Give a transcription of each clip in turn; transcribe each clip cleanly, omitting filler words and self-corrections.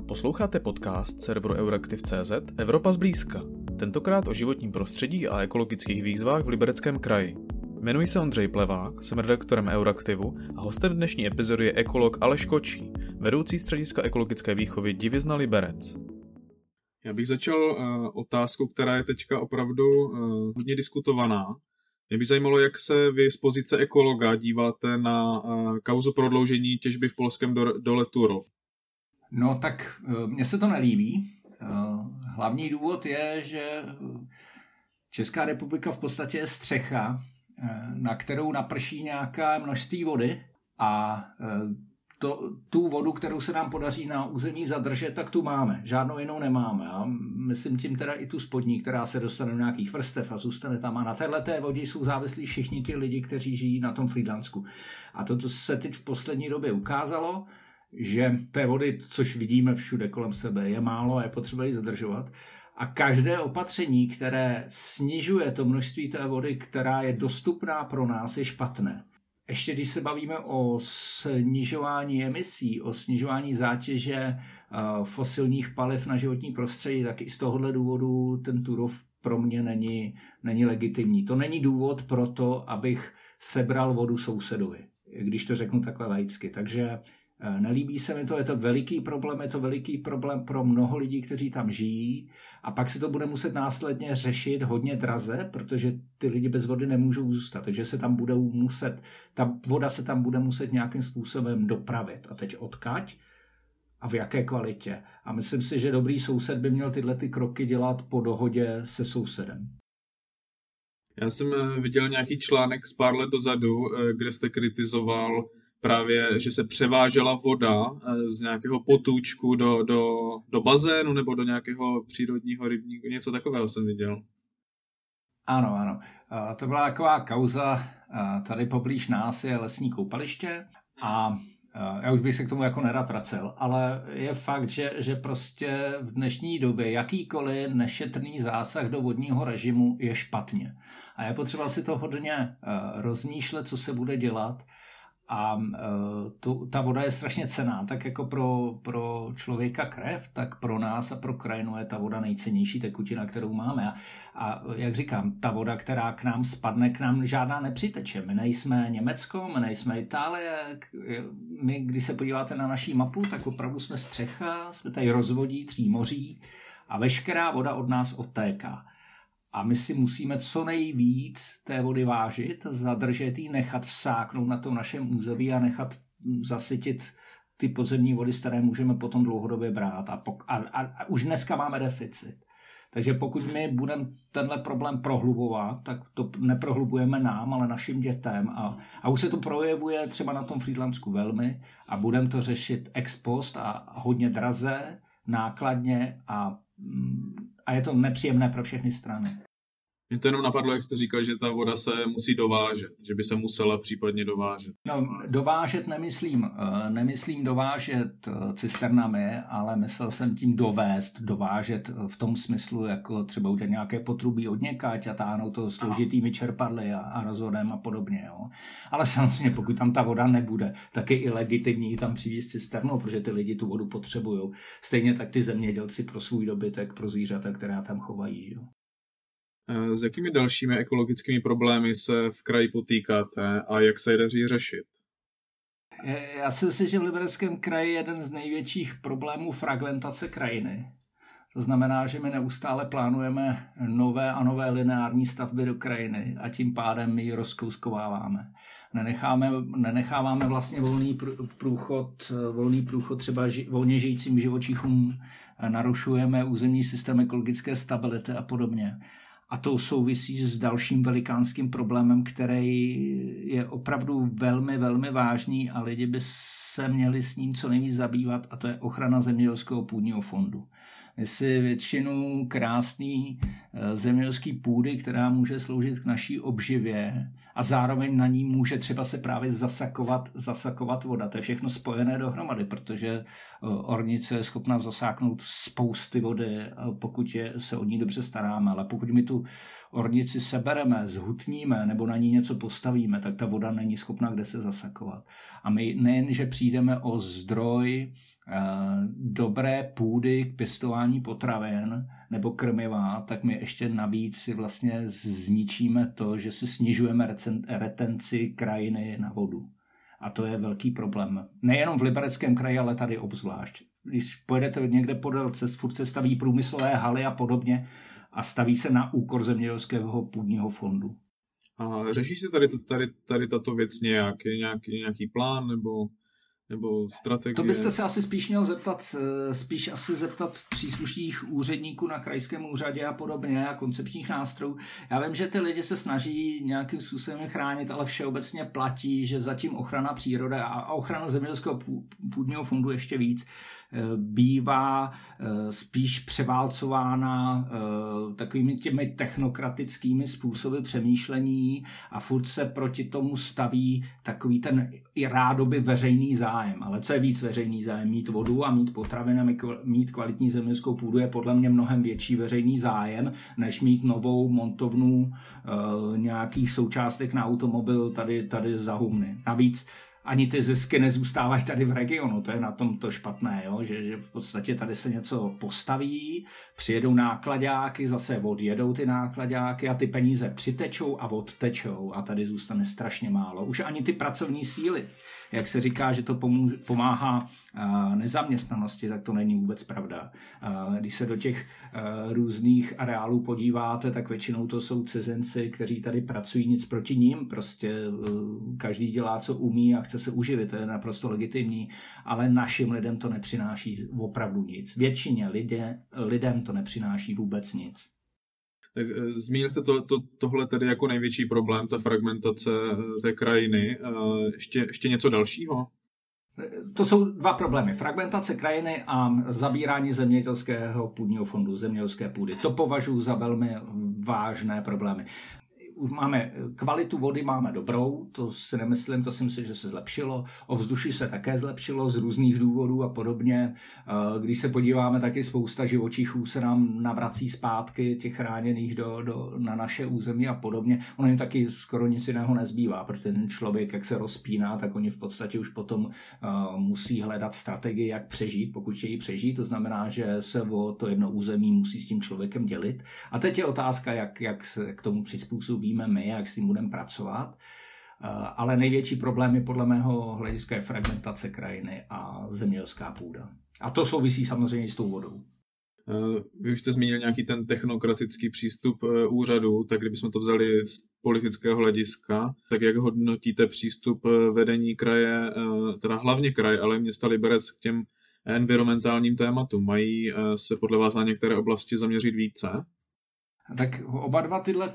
Posloucháte podcast serveru Euraktiv.cz Evropa zblízka. Tentokrát o životním prostředí a ekologických výzvách v Libereckém kraji. Jmenuji se Ondřej Plevák, jsem redaktorem Euraktivu a hostem dnešní epizody je ekolog Aleš Kočí, vedoucí střediska ekologické výchovy Divizna Liberec. Já bych začal otázkou, která je teďka opravdu hodně diskutovaná. Mě by zajímalo, jak se vy z pozice ekologa díváte na kauzu prodloužení těžby v polském dole Turów. No tak mně se to nelíbí. Hlavní důvod je, že Česká republika v podstatě je střecha, na kterou naprší nějaké množství vody a tu vodu, kterou se nám podaří na území zadržet, tak tu máme. Žádnou jinou nemáme. A myslím tím teda i tu spodní, která se dostane do nějakých vrstev a zůstane tam. A na téhleté vodě jsou závislí všichni ti lidi, kteří žijí na tom Frýdlansku. A toto se teď v poslední době ukázalo, že té vody, což vidíme všude kolem sebe, je málo a je potřeba ji zadržovat. A každé opatření, které snižuje to množství té vody, která je dostupná pro nás, je špatné. Ještě když se bavíme o snižování emisí, o snižování zátěže fosilních paliv na životní prostředí, tak i z tohohle důvodu ten Turów pro mě není legitimní. To není důvod pro to, abych sebral vodu sousedovi, když to řeknu takhle laicky. Takže nelíbí se mi to, je to veliký problém pro mnoho lidí, kteří tam žijí a pak se to bude muset následně řešit hodně draze, protože ty lidi bez vody nemůžou zůstat, takže ta voda se tam bude muset nějakým způsobem dopravit. A teď odkud a v jaké kvalitě. A myslím si, že dobrý soused by měl tyhle ty kroky dělat po dohodě se sousedem. Já jsem viděl nějaký článek z pár let dozadu, kde jste kritizoval právě, že se převážela voda z nějakého potůčku do bazénu nebo do nějakého přírodního rybníku. Něco takového jsem viděl. Ano. To byla taková kauza, tady poblíž nás je lesní koupaliště a já už bych se k tomu jako nerad vracel, ale je fakt, že prostě v dnešní době jakýkoliv nešetrný zásah do vodního režimu je špatně. A je potřeba si to hodně rozmýšlet, co se bude dělat. A ta voda je strašně cenná, tak jako pro člověka krev, tak pro nás a pro krajinu je ta voda nejcennější tekutina, kterou máme. A jak říkám, ta voda, která k nám spadne, k nám žádná nepřiteče. My nejsme Německo, my nejsme Itálie. My, když se podíváte na naší mapu, tak opravdu jsme střecha, jsme tady rozvodí 3 moří a veškerá voda od nás odtéká. A my si musíme co nejvíc té vody vážit, zadržet ji, nechat vsáknout na tom našem území a nechat zasytit ty podzemní vody, z které můžeme potom dlouhodobě brát. A už dneska máme deficit. Takže pokud my budeme tenhle problém prohlubovat, tak to neprohlubujeme nám, ale našim dětem. A už se to projevuje třeba na tom Frýdlansku velmi a budeme to řešit ex post a hodně draze, nákladně a je to nepříjemné pro všechny strany. Mě to jenom napadlo, jak jste říkal, že ta voda se musí dovážet, že by se musela případně dovážet. No, dovážet nemyslím dovážet cisternami, ale myslel jsem tím dovážet v tom smyslu, jako třeba udělat nějaké potrubí odněkať a táhnout to složitými čerpadly a rozvodem a podobně. Jo. Ale samozřejmě, pokud tam ta voda nebude, tak je i legitimní tam přivést cisternu, protože ty lidi tu vodu potřebují. Stejně tak ty zemědělci pro svůj dobytek, pro zvířata, která tam chovají. Jo. S jakými dalšími ekologickými problémy se v kraji potýkáte a jak se je daří řešit? Já si myslím, že v Libereckém kraji je jeden z největších problémů fragmentace krajiny. To znamená, že my neustále plánujeme nové a nové lineární stavby do krajiny a tím pádem my ji rozkouskováváme. Nenecháváme vlastně volný průchod třeba volně žijícím živočichům, narušujeme územní systém ekologické stability a podobně. A to souvisí s dalším velikánským problémem, který je opravdu velmi, velmi vážný a lidi by se měli s ním co nejvíc zabývat, a to je ochrana zemědělského půdního fondu. My si většinu krásný zemědělský půdy, která může sloužit k naší obživě a zároveň na ní může třeba se právě zasakovat voda. To je všechno spojené dohromady, protože ornice je schopna zasáknout spousty vody, pokud se o ní dobře staráme. Ale pokud my tu tu ornici sebereme, zhutníme nebo na ní něco postavíme, tak ta voda není schopná kde se zasakovat. A my nejen, že přijdeme o zdroj dobré půdy k pěstování potravin nebo krmiva, tak my ještě navíc si vlastně zničíme to, že si snižujeme retenci krajiny na vodu. A to je velký problém. Nejenom v Libereckém kraji, ale tady obzvlášť. Když pojedete někde podél cest, furt se staví průmyslové haly a podobně a staví se na úkor zemědělského půdního fondu. A řeší se tady tato věc nějak? Je nějaký plán nebo strategie? To byste se asi spíš měl zeptat příslušných úředníků na krajském úřadě a podobně a koncepčních nástrojů. Já vím, že ty lidi se snaží nějakým způsobem chránit, ale všeobecně platí, že zatím ochrana přírody a ochrana zemědělského půdního fondu ještě víc bývá spíš převálcována takovými těmi technokratickými způsoby přemýšlení a furt se proti tomu staví takový ten i rádoby veřejný zájem. Ale co je víc veřejný zájem? Mít vodu a mít potraviny a mít kvalitní zemědělskou půdu je podle mě mnohem větší veřejný zájem, než mít novou montovnu nějakých součástek na automobil tady za humny. Navíc ani ty zisky nezůstávají tady v regionu, to je na tom to špatné, jo? Že v podstatě tady se něco postaví, přijedou nákladáky, zase odjedou ty nákladáky a ty peníze přitečou a odtečou a tady zůstane strašně málo. Už ani ty pracovní síly, jak se říká, že to pomáhá nezaměstnanosti, tak to není vůbec pravda. Když se do těch různých areálů podíváte, tak většinou to jsou cizinci, kteří tady pracují, nic proti ním, prostě každý dělá, co umí a chce se uživit, to je naprosto legitimní, ale našim lidem to nepřináší opravdu nic. Většině lidem to nepřináší vůbec nic. Tak zmínil se tohle tedy jako největší problém, ta fragmentace té krajiny. Ještě něco dalšího? To jsou dva problémy. Fragmentace krajiny a zabírání zemědělského půdního fondu, zemědělské půdy. To považuji za velmi vážné problémy. Máme kvalitu vody, máme dobrou, to si nemyslím, to si myslím, že se zlepšilo. Ovzduší se také zlepšilo z různých důvodů a podobně. Když se podíváme, taky spousta živočichů se nám navrací zpátky těch chráněných na naše území a podobně. Ono jim taky skoro nic jiného nezbývá, protože ten člověk, jak se rozpíná, tak oni v podstatě už potom musí hledat strategii, jak přežít, pokud chtějí přežít. To znamená, že se o to jedno území musí s tím člověkem dělit. A teď je otázka, jak se k tomu přizpůsobí my, jak s tím budeme pracovat. Ale největší problém je podle mého hlediska je fragmentace krajiny a zemědělská půda. A to souvisí samozřejmě s tou vodou. Vy už jste zmínil nějaký ten technokratický přístup úřadu, tak kdybychom to vzali z politického hlediska, tak jak hodnotíte přístup vedení kraje, teda hlavně kraje, ale města Liberec k těm environmentálním tématům? Mají se podle vás na některé oblasti zaměřit více? Tak oba dva tyhle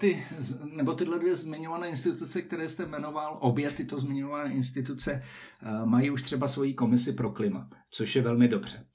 dvě zmiňované instituce, které jste jmenoval, obě tyto zmiňované instituce mají už třeba svoji komisi pro klima, což je velmi dobře.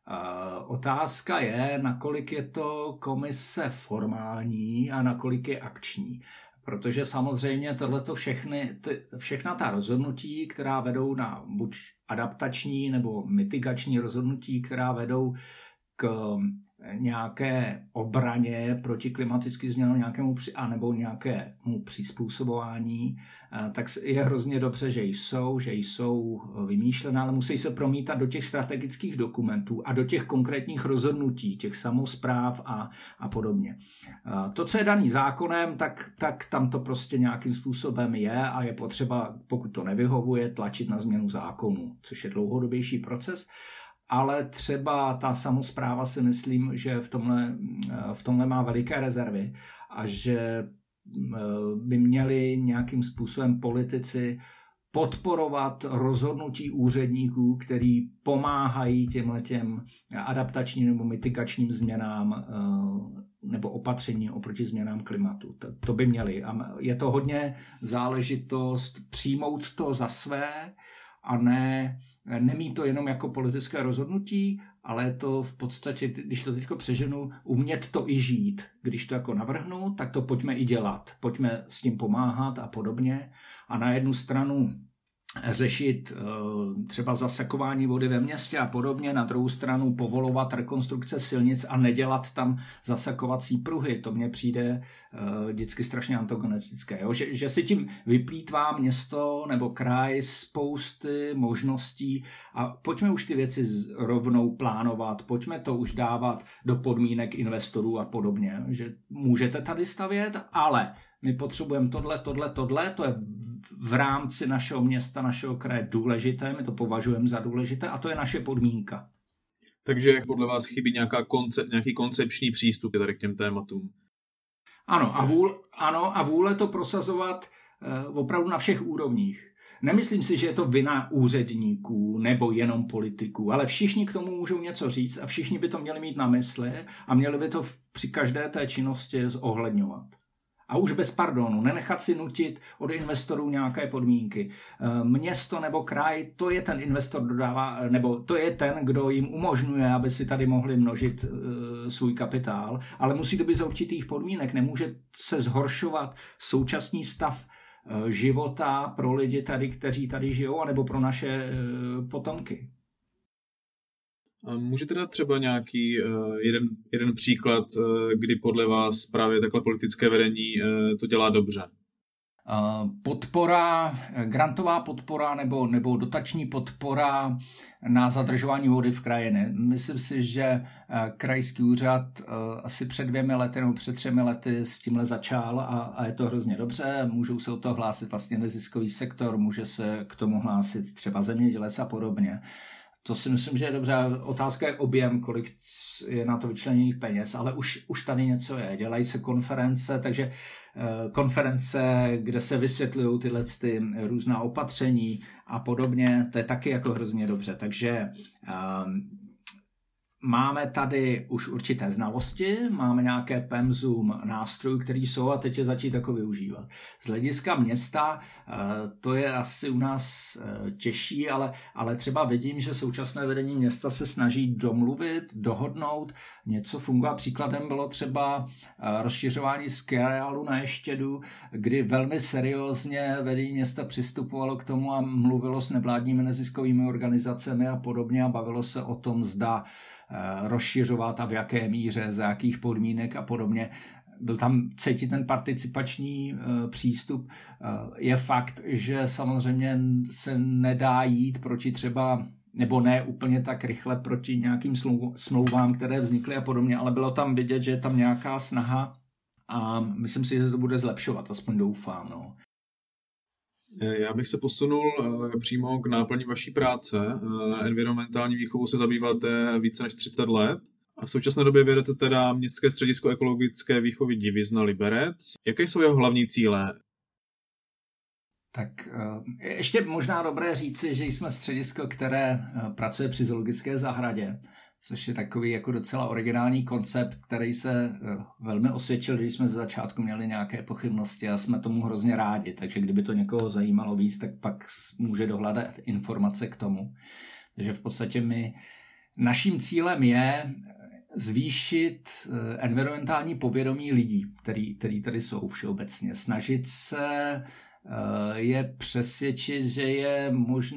Otázka je, nakolik je to komise formální a nakolik je akční. Protože samozřejmě všechna ta rozhodnutí, která vedou na buď adaptační nebo mitigační rozhodnutí, která vedou k nějaké obraně proti klimatickým změnám nebo nějakému přizpůsobování, tak je hrozně dobře, že jsou vymýšlené, ale musí se promítat do těch strategických dokumentů a do těch konkrétních rozhodnutí, těch samospráv a podobně. To, co je daný zákonem, tak tam to prostě nějakým způsobem je a je potřeba, pokud to nevyhovuje, tlačit na změnu zákonu, což je dlouhodobější proces. Ale třeba ta samospráva si myslím, že v tomhle má veliké rezervy a že by měli nějakým způsobem politici podporovat rozhodnutí úředníků, který pomáhají těmhletěm adaptačním nebo mitigačním změnám nebo opatřením oproti změnám klimatu. To by měli. A je to hodně záležitost přijmout to za své a nemít to jenom jako politické rozhodnutí, ale je to v podstatě, když to teď přeženu, umět to i žít. Když to jako navrhnu, tak to pojďme i dělat. Pojďme s tím pomáhat a podobně. A na jednu stranu řešit třeba zasakování vody ve městě a podobně, na druhou stranu povolovat rekonstrukce silnic a nedělat tam zasakovací pruhy. To mně přijde vždycky strašně antagonistické. Jo? Že si tím vyplýtvá město nebo kraj spousty možností a pojďme už ty věci rovnou plánovat, pojďme to už dávat do podmínek investorů a podobně. Že můžete tady stavět, ale my potřebujeme tohle, to je v rámci našeho města, našeho kraje důležité, my to považujeme za důležité a to je naše podmínka. Takže podle vás chybí nějaký koncepční přístup tady k těm tématům. Ano, a vůle to prosazovat opravdu na všech úrovních. Nemyslím si, že je to vina úředníků nebo jenom politiků, ale všichni k tomu můžou něco říct a všichni by to měli mít na mysli a měli by to při každé té činnosti zohledňovat. A už bez pardonu, nenechat si nutit od investorů nějaké podmínky. Město nebo kraj, to je ten investor dodává, nebo to je ten, kdo jim umožňuje, aby si tady mohli množit svůj kapitál, ale musí to být za určitých podmínek. Nemůže se zhoršovat současný stav života pro lidi tady, kteří tady žijou, anebo pro naše potomky. Můžete dát třeba nějaký jeden příklad, kdy podle vás právě takhle politické vedení to dělá dobře? Grantová podpora nebo dotační podpora na zadržování vody v krajině. Myslím si, že krajský úřad asi před 2 lety nebo před 3 lety s tímhle začal a je to hrozně dobře. Můžou se o to hlásit vlastně neziskový sektor, může se k tomu hlásit třeba zemědělec a podobně. To si myslím, že je dobře. Otázka je objem, kolik je na to vyčleněných peněz, ale už tady něco je. Dělají se konference, takže konference, kde se vysvětlují tyhle různá opatření a podobně, to je taky jako hrozně dobře. Takže máme tady už určité znalosti, máme nějaké pemzum nástrojů, které jsou a teď je začít jako využívat. Z hlediska města to je asi u nás těžší, ale třeba vidím, že současné vedení města se snaží domluvit, dohodnout, něco funguje. Příkladem bylo třeba rozšiřování skiareálu na Ještědu, kdy velmi seriózně vedení města přistupovalo k tomu a mluvilo s nevládními neziskovými organizacemi a podobně a bavilo se o tom, zda rozšiřovat a v jaké míře, za jakých podmínek a podobně. Byl tam cítit ten participační přístup. Je fakt, že samozřejmě se nedá jít proti třeba, nebo ne úplně tak rychle proti nějakým smlouvám, které vznikly a podobně, ale bylo tam vidět, že je tam nějaká snaha a myslím si, že se to bude zlepšovat, aspoň doufám. No. Já bych se posunul přímo k náplni vaší práce. Environmentální výchovou se zabýváte více než 30 let a v současné době vedete teda Městské středisko ekologické výchovy Divizna Liberec. Jaké jsou jeho hlavní cíle? Tak ještě možná dobré říci, že jsme středisko, které pracuje při zoologické zahradě, což je takový jako docela originální koncept, který se velmi osvědčil, když jsme ze začátku měli nějaké pochybnosti a jsme tomu hrozně rádi. Takže kdyby to někoho zajímalo víc, tak pak může dohledat informace k tomu. Takže v podstatě naším cílem je zvýšit environmentální povědomí lidí, který tady jsou všeobecně. Snažit se je přesvědčit, že je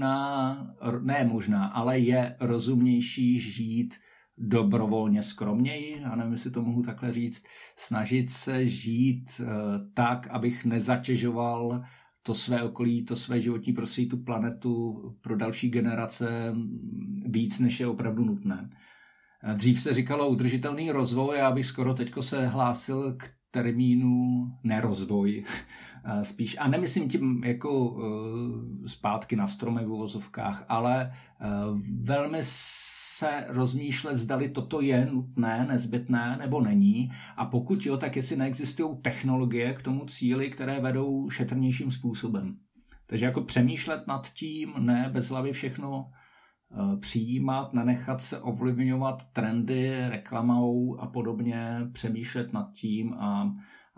ale je rozumnější žít dobrovolně skromněji, a nevím, jestli to mohu takhle říct, snažit se žít tak, abych nezatěžoval to své okolí, to své životní prostředí, tu planetu pro další generace víc, než je opravdu nutné. Dřív se říkalo udržitelný rozvoj, já bych skoro teďko se hlásil k termínu nerozvoj spíš. A nemyslím tím jako zpátky na stromy v uvozovkách, ale velmi se rozmýšlet, zdali toto je nutné, nezbytné nebo není. A pokud jo, tak jestli neexistují technologie k tomu cíli, které vedou šetrnějším způsobem. Takže jako přemýšlet nad tím, ne bez hlavy všechno přijímat, nenechat se ovlivňovat trendy, reklamou a podobně, přemýšlet nad tím a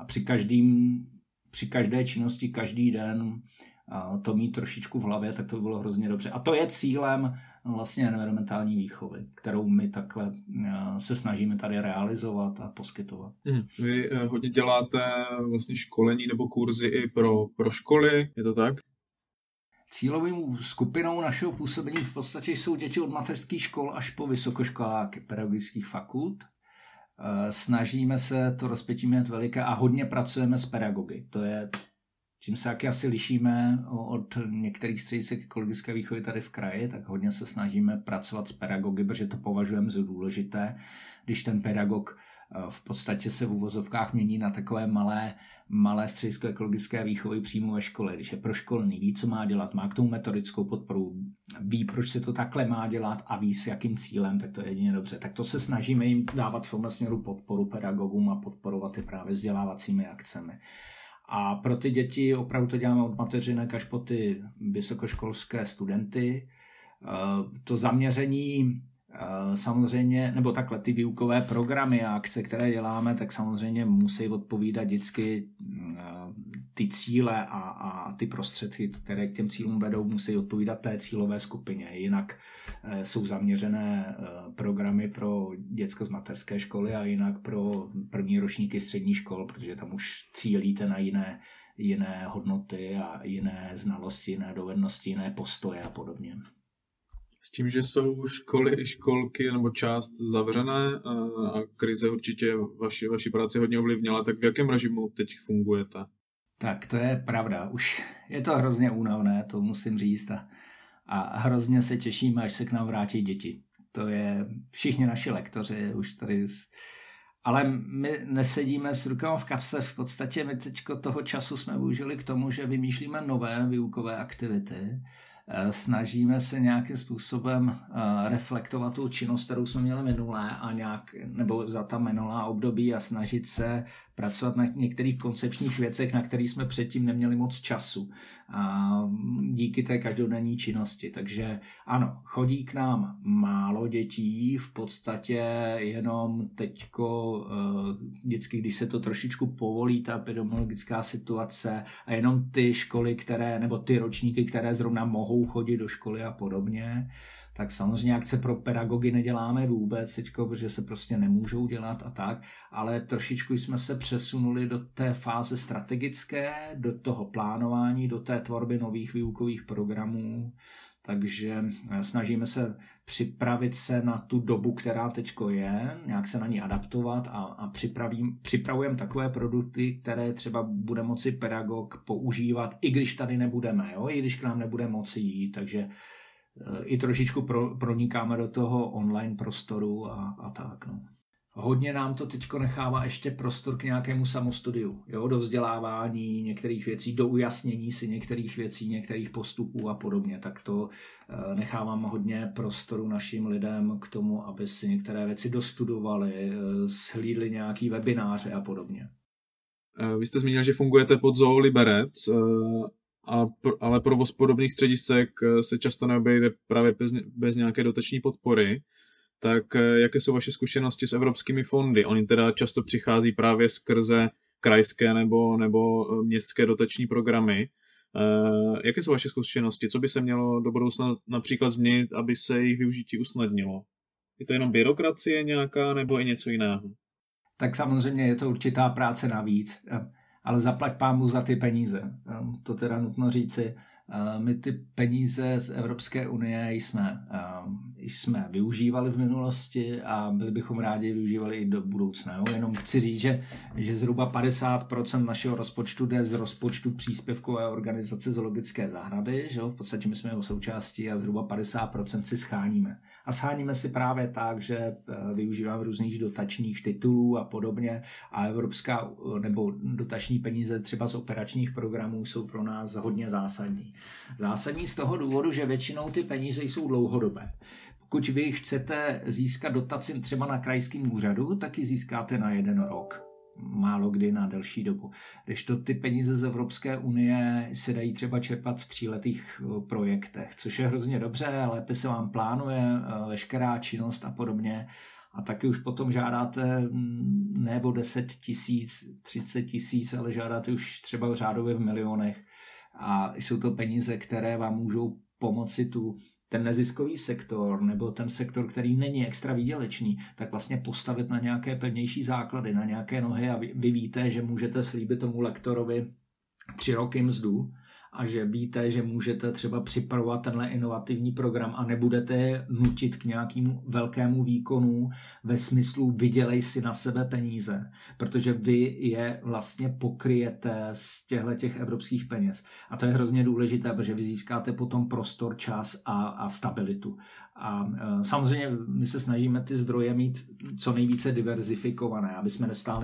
při každé činnosti, každý den to mít trošičku v hlavě, tak to by bylo hrozně dobře. A to je cílem vlastně environmentální výchovy, kterou my takhle se snažíme tady realizovat a poskytovat. Vy hodně děláte vlastně školení nebo kurzy i pro školy, je to tak? Cílovou skupinou našeho působení v podstatě jsou děti od mateřských škol až po vysokoškoláky pedagogických fakult. Snažíme se to rozpětí mít veliké a hodně pracujeme s pedagogy. To je, čím se asi lišíme od některých středisek ekologické výchovy tady v kraji, tak hodně se snažíme pracovat s pedagogy, protože to považujeme za důležité, když ten pedagog v podstatě se v uvozovkách mění na takové malé středisko ekologické výchovy přímo ve škole. Když je proškolný, ví, co má dělat, má k tomu metodickou podporu, ví, proč se to takhle má dělat a ví, s jakým cílem, tak to je jedině dobře. Tak to se snažíme jim dávat v tomhle směru podporu pedagogům a podporovat je právě vzdělávacími akcemi. A pro ty děti opravdu to děláme od mateřinek až po ty vysokoškolské studenty. To zaměření samozřejmě, nebo takhle ty výukové programy a akce, které děláme, tak samozřejmě musí odpovídat vždycky ty cíle a ty prostředky, které k těm cílům vedou, musí odpovídat té cílové skupině. Jinak jsou zaměřené programy pro děcko z mateřské školy a jinak pro první ročníky střední škol, protože tam už cílíte na jiné hodnoty a jiné znalosti, jiné dovednosti, jiné postoje a podobně. S tím, že jsou školy, školky nebo část zavřené a krize určitě vaši práci hodně ovlivnila, tak v jakém režimu teď fungujete? Tak to je pravda. Už je to hrozně únavné, to musím říct. A hrozně se těšíme, až se k nám vrátí děti. To je všichni naši lektoři už tady. Ale my nesedíme s rukama v kapse. V podstatě my teďko toho času jsme využili k tomu, že vymýšlíme nové výukové aktivity. Snažíme se nějakým způsobem reflektovat tu činnost, kterou jsme měli minulé a nebo za ta minulá období a snažit se pracovat na některých koncepčních věcech, na kterých jsme předtím neměli moc času díky té každodenní činnosti. Takže ano, chodí k nám málo dětí, v podstatě jenom teďko vždycky, když se to trošičku povolí, ta epidemiologická situace a jenom ty školy, nebo ty ročníky, které zrovna mohou chodit do školy a podobně, tak samozřejmě akce pro pedagogy neděláme vůbec teďko, protože se prostě nemůžou dělat a tak, ale trošičku jsme se přesunuli do té fáze strategické, do toho plánování, do té tvorby nových výukových programů, takže snažíme se připravit se na tu dobu, která teďko je, nějak se na ní adaptovat a připravujeme takové produkty, které třeba bude moci pedagog používat, i když tady nebudeme, i když k nám nebude moci jít, takže i trošičku pronikáme do toho online prostoru a tak. No. Hodně nám to teďko nechává ještě prostor k nějakému samostudiu, do vzdělávání některých věcí, do ujasnění si některých věcí, některých postupů a podobně. Tak to nechávám hodně prostoru našim lidem k tomu, aby si některé věci dostudovali, shlídli nějaký webináře a podobně. Vy jste zmínil, že fungujete pod Zoo Liberec, ale provoz podobných středisek se často neobejde právě bez nějaké dotační podpory. Tak jaké jsou vaše zkušenosti s evropskými fondy? Oni teda často přichází právě skrze krajské nebo městské dotační programy. Jaké jsou vaše zkušenosti? Co by se mělo do budoucna například změnit, aby se jejich využití usnadnilo? Je to jenom byrokracie nějaká nebo i něco jiného? Tak samozřejmě je to určitá práce navíc, ale zaplať pánbůh za ty peníze. To teda nutno říci. My ty peníze z Evropské unie jsme využívali v minulosti a byli bychom rádi využívali i do budoucna. Jenom chci říct, že zhruba 50% našeho rozpočtu jde z rozpočtu příspěvkové organizace zoologické zahrady. Že? V podstatě my jsme jeho součástí a zhruba 50% si scháníme. A scháníme si právě tak, že využíváme různých dotačních titulů a podobně a evropská nebo dotační peníze třeba z operačních programů jsou pro nás hodně zásadní. Zásadní z toho důvodu, že většinou ty peníze jsou dlouhodobé. Pokud vy chcete získat dotaci třeba na krajském úřadu, tak ji získáte na 1 rok. Málo kdy na delší dobu. Kdežto ty peníze z Evropské unie se dají třeba čerpat v 3letých projektech, což je hrozně dobře, lépe se vám plánuje veškerá činnost a podobně. A taky už potom žádáte ne o 10 000, 30 000, ale žádáte už třeba řádově v milionech. A jsou to peníze, které vám můžou pomoci ten neziskový sektor nebo ten sektor, který není extra výdělečný, tak vlastně postavit na nějaké pevnější základy, na nějaké nohy a vy víte, že můžete slíbit tomu lektorovi 3 roky mzdu a že víte, že můžete třeba připravovat tenhle inovativní program a nebudete nutit k nějakému velkému výkonu ve smyslu vydělej si na sebe peníze, protože vy je vlastně pokryjete z těch evropských peněz. A to je hrozně důležité, protože vy získáte potom prostor, čas a stabilitu. A samozřejmě my se snažíme ty zdroje mít co nejvíce diverzifikované, aby jsme nestáli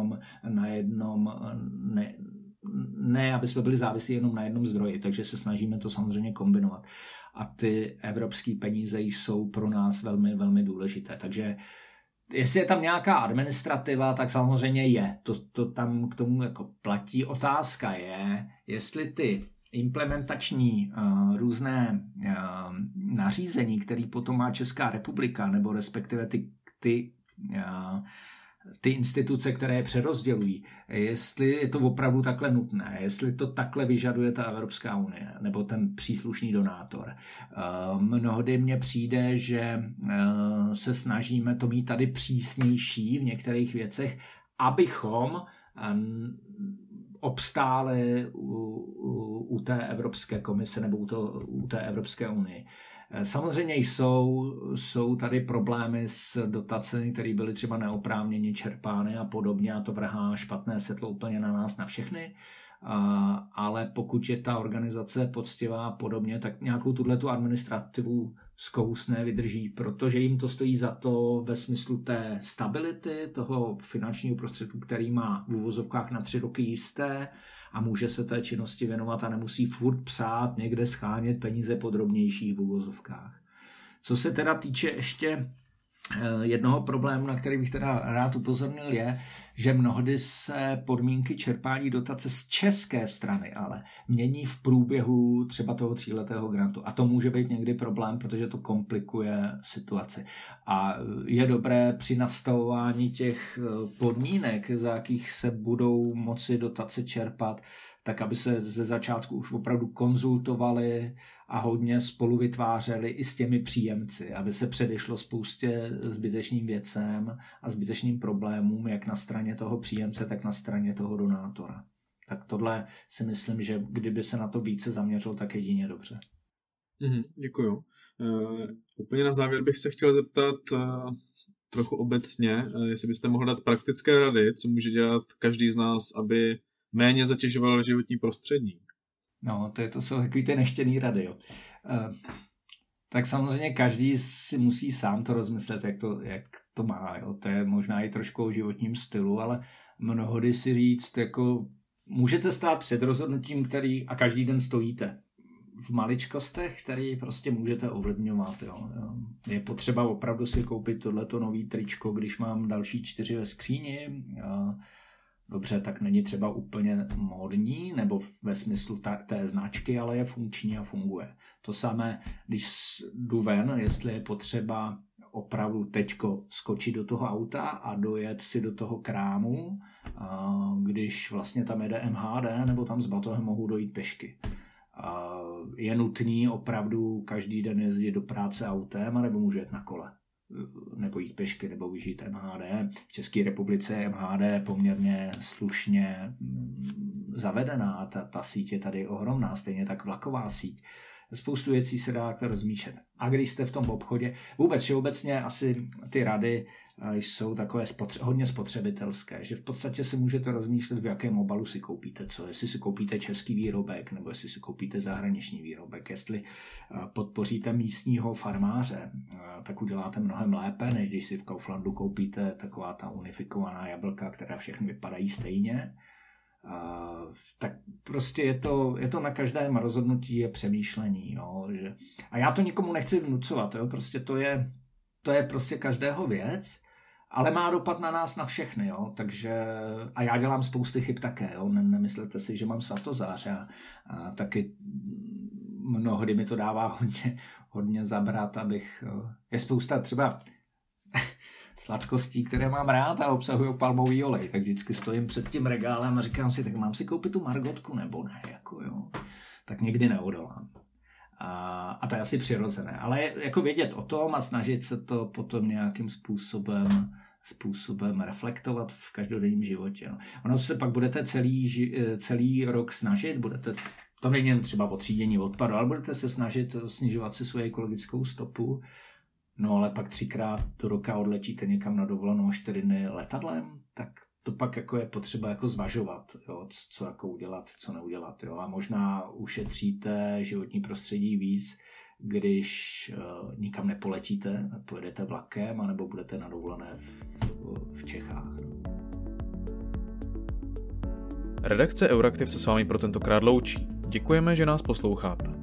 ne, aby jsme byli závislí jenom na jednom zdroji, takže se snažíme to samozřejmě kombinovat. A ty evropské peníze jsou pro nás velmi, velmi důležité. Takže jestli je tam nějaká administrativa, tak samozřejmě je. To tam k tomu jako platí. Otázka je, jestli ty implementační různé nařízení, které potom má Česká republika, nebo respektive ty instituce, které je přerozdělují, jestli je to opravdu takhle nutné, jestli to takhle vyžaduje ta Evropská unie nebo ten příslušný donátor. Mnohdy mně přijde, že se snažíme to mít tady přísnější v některých věcech, abychom obstáli u té Evropské komise nebo u té Evropské unie. Samozřejmě jsou tady problémy s dotacemi, které byly třeba neoprávněně čerpány a podobně a to vrhá špatné světlo úplně na nás, na všechny. Ale pokud je ta organizace poctivá a podobně, tak nějakou tuhletu administrativu zkousne, vydrží, protože jim to stojí za to ve smyslu té stability, toho finančního prostředku, který má v uvozovkách na 3 roky jisté a může se té činnosti věnovat a nemusí furt psát, někde schánět peníze podrobnější v uvozovkách. Co se teda týče ještě jednoho problému, na který bych teda rád upozornil, je, že mnohdy se podmínky čerpání dotace z české strany ale mění v průběhu třeba toho 3letého grantu. A to může být někdy problém, protože to komplikuje situaci. A je dobré při nastavování těch podmínek, za jakých se budou moci dotace čerpat, tak aby se ze začátku už opravdu konzultovali a hodně spolu vytvářeli i s těmi příjemci, aby se předešlo spoustě zbytečným věcem a zbytečným problémům, jak na straně toho příjemce, tak na straně toho donátora. Tak tohle si myslím, že kdyby se na to více zaměřil, tak jedině dobře. Děkuju. Úplně na závěr bych se chtěl zeptat trochu obecně, jestli byste mohl dát praktické rady, co může dělat každý z nás, aby méně zatěžoval životní prostředí. No, to jsou takový ty neštěný rady, jo. Tak samozřejmě každý si musí sám to rozmyslet, jak to má, jo. To je možná i trošku o životním stylu, ale mnohdy si říct, jako můžete stát před rozhodnutím, který a každý den stojíte v maličkostech, který prostě můžete ovlivňovat, jo. Je potřeba opravdu si koupit tohleto nový tričko, když mám další 4 ve skříni. Dobře, tak není třeba úplně módní, nebo ve smyslu té značky, ale je funkční a funguje. To samé, když jdu ven, jestli je potřeba opravdu teďko skočit do toho auta a dojet si do toho krámu, když vlastně tam jede MHD, nebo tam s batohem mohu dojít pešky. Je nutný opravdu každý den jezdit do práce autem, nebo můžu jet na kole, nebo jít pešky, nebo vyžít MHD. V České republice je MHD poměrně slušně zavedená. Ta síť je tady ohromná, stejně tak vlaková síť. Spoustu věcí se dá rozmýšlet. A když jste v tom obchodě, vůbec všeobecně asi ty rady jsou takové hodně spotřebitelské, že v podstatě si můžete rozmýšlet, v jakém obalu si koupíte co. Jestli si koupíte český výrobek, nebo jestli si koupíte zahraniční výrobek. Jestli podpoříte místního farmáře, tak uděláte mnohem lépe, než když si v Kauflandu koupíte taková ta unifikovaná jablka, která všechny vypadají stejně. Tak prostě je to na každém rozhodnutí je přemýšlení. Jo, že... A já to nikomu nechci vnucovat, jo, prostě to je prostě každého věc, ale má dopad na nás, na všechny. Jo, takže... A já dělám spousty chyb také. Jo, nemyslete si, že mám svatozář. A taky mnohdy mi to dává hodně zabrat, abych... Je spousta třeba... sladkostí, které mám rád a obsahují palmový olej, tak vždycky stojím před tím regálem a říkám si, tak mám si koupit tu margotku nebo ne, jako jo. Tak někdy neodolám. A to je asi přirozené, ale jako vědět o tom a snažit se to potom nějakým způsobem reflektovat v každodenním životě. No. Ono se pak budete celý rok snažit, budete To není jen třeba o třídění odpadu, ale budete se snažit snižovat si svoji ekologickou stopu, no ale pak 3krát do roka odletíte někam na dovolenou 4 dny letadlem, tak to pak jako je potřeba jako zvažovat, jo, co jako udělat, co neudělat. Jo. A možná ušetříte životní prostředí víc, když nikam nepoletíte, pojedete vlakem, anebo budete na dovolené v Čechách. No. Redakce Euraktiv se s vámi pro tentokrát loučí. Děkujeme, že nás posloucháte.